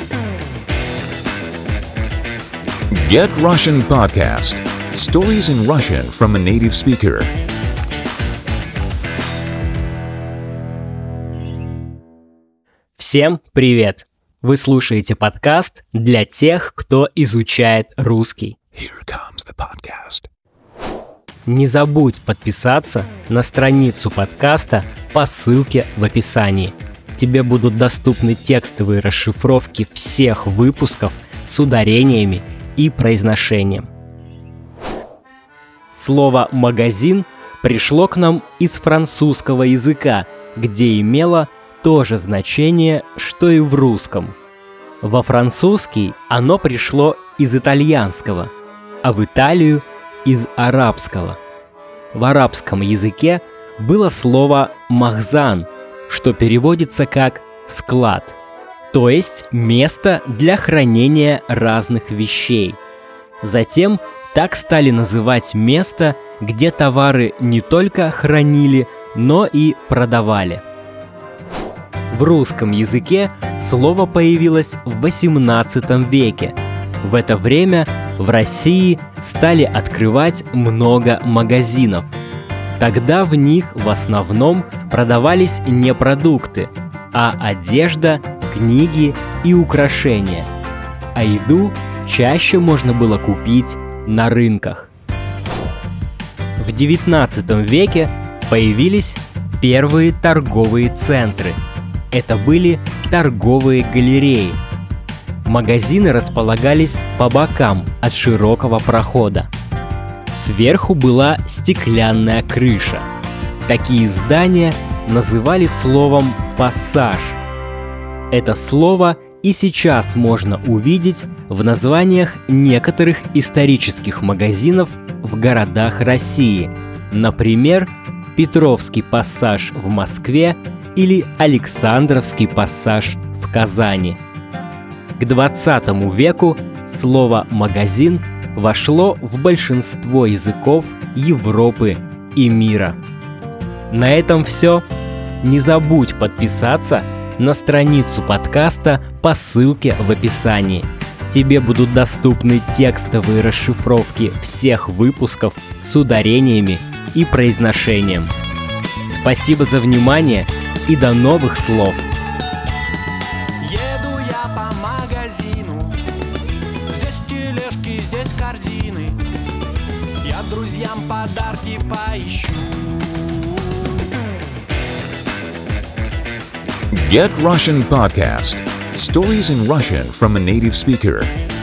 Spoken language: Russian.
Get Russian Podcast. Stories in Russian from a native speaker. Всем привет! Вы слушаете подкаст для тех, кто изучает русский. Here comes the podcast. Не забудь подписаться на страницу подкаста по ссылке в описании. Тебе будут доступны текстовые расшифровки всех выпусков с ударениями и произношением. Слово «магазин» пришло к нам из французского языка, где имело то же значение, что и в русском. Во французский оно пришло из итальянского, а в Италию – из арабского. В арабском языке было слово «махзан», что переводится как «склад», то есть место для хранения разных вещей. Затем так стали называть место, где товары не только хранили, но и продавали. В русском языке слово появилось в XVIII веке. В это время в России стали открывать много магазинов. Тогда в них в основном продавались не продукты, а одежда, книги и украшения. А еду чаще можно было купить на рынках. В XIX веке появились первые торговые центры. Это были торговые галереи. Магазины располагались по бокам от широкого прохода. Сверху была стеклянная крыша. Такие здания называли словом «пассаж». Это слово и сейчас можно увидеть в названиях некоторых исторических магазинов в городах России. Например, Петровский пассаж в Москве или Александровский пассаж в Казани. К 20 веку слово «магазин» вошло в большинство языков Европы и мира. На этом все. Не забудь подписаться на страницу подкаста по ссылке в описании. Тебе будут доступны текстовые расшифровки всех выпусков с ударениями и произношением. Спасибо за внимание и до новых слов! Еду я по магазину, здесь тележки, здесь корзины, я друзьям подарки поищу. Get Russian Podcast. Stories in Russian from a native speaker.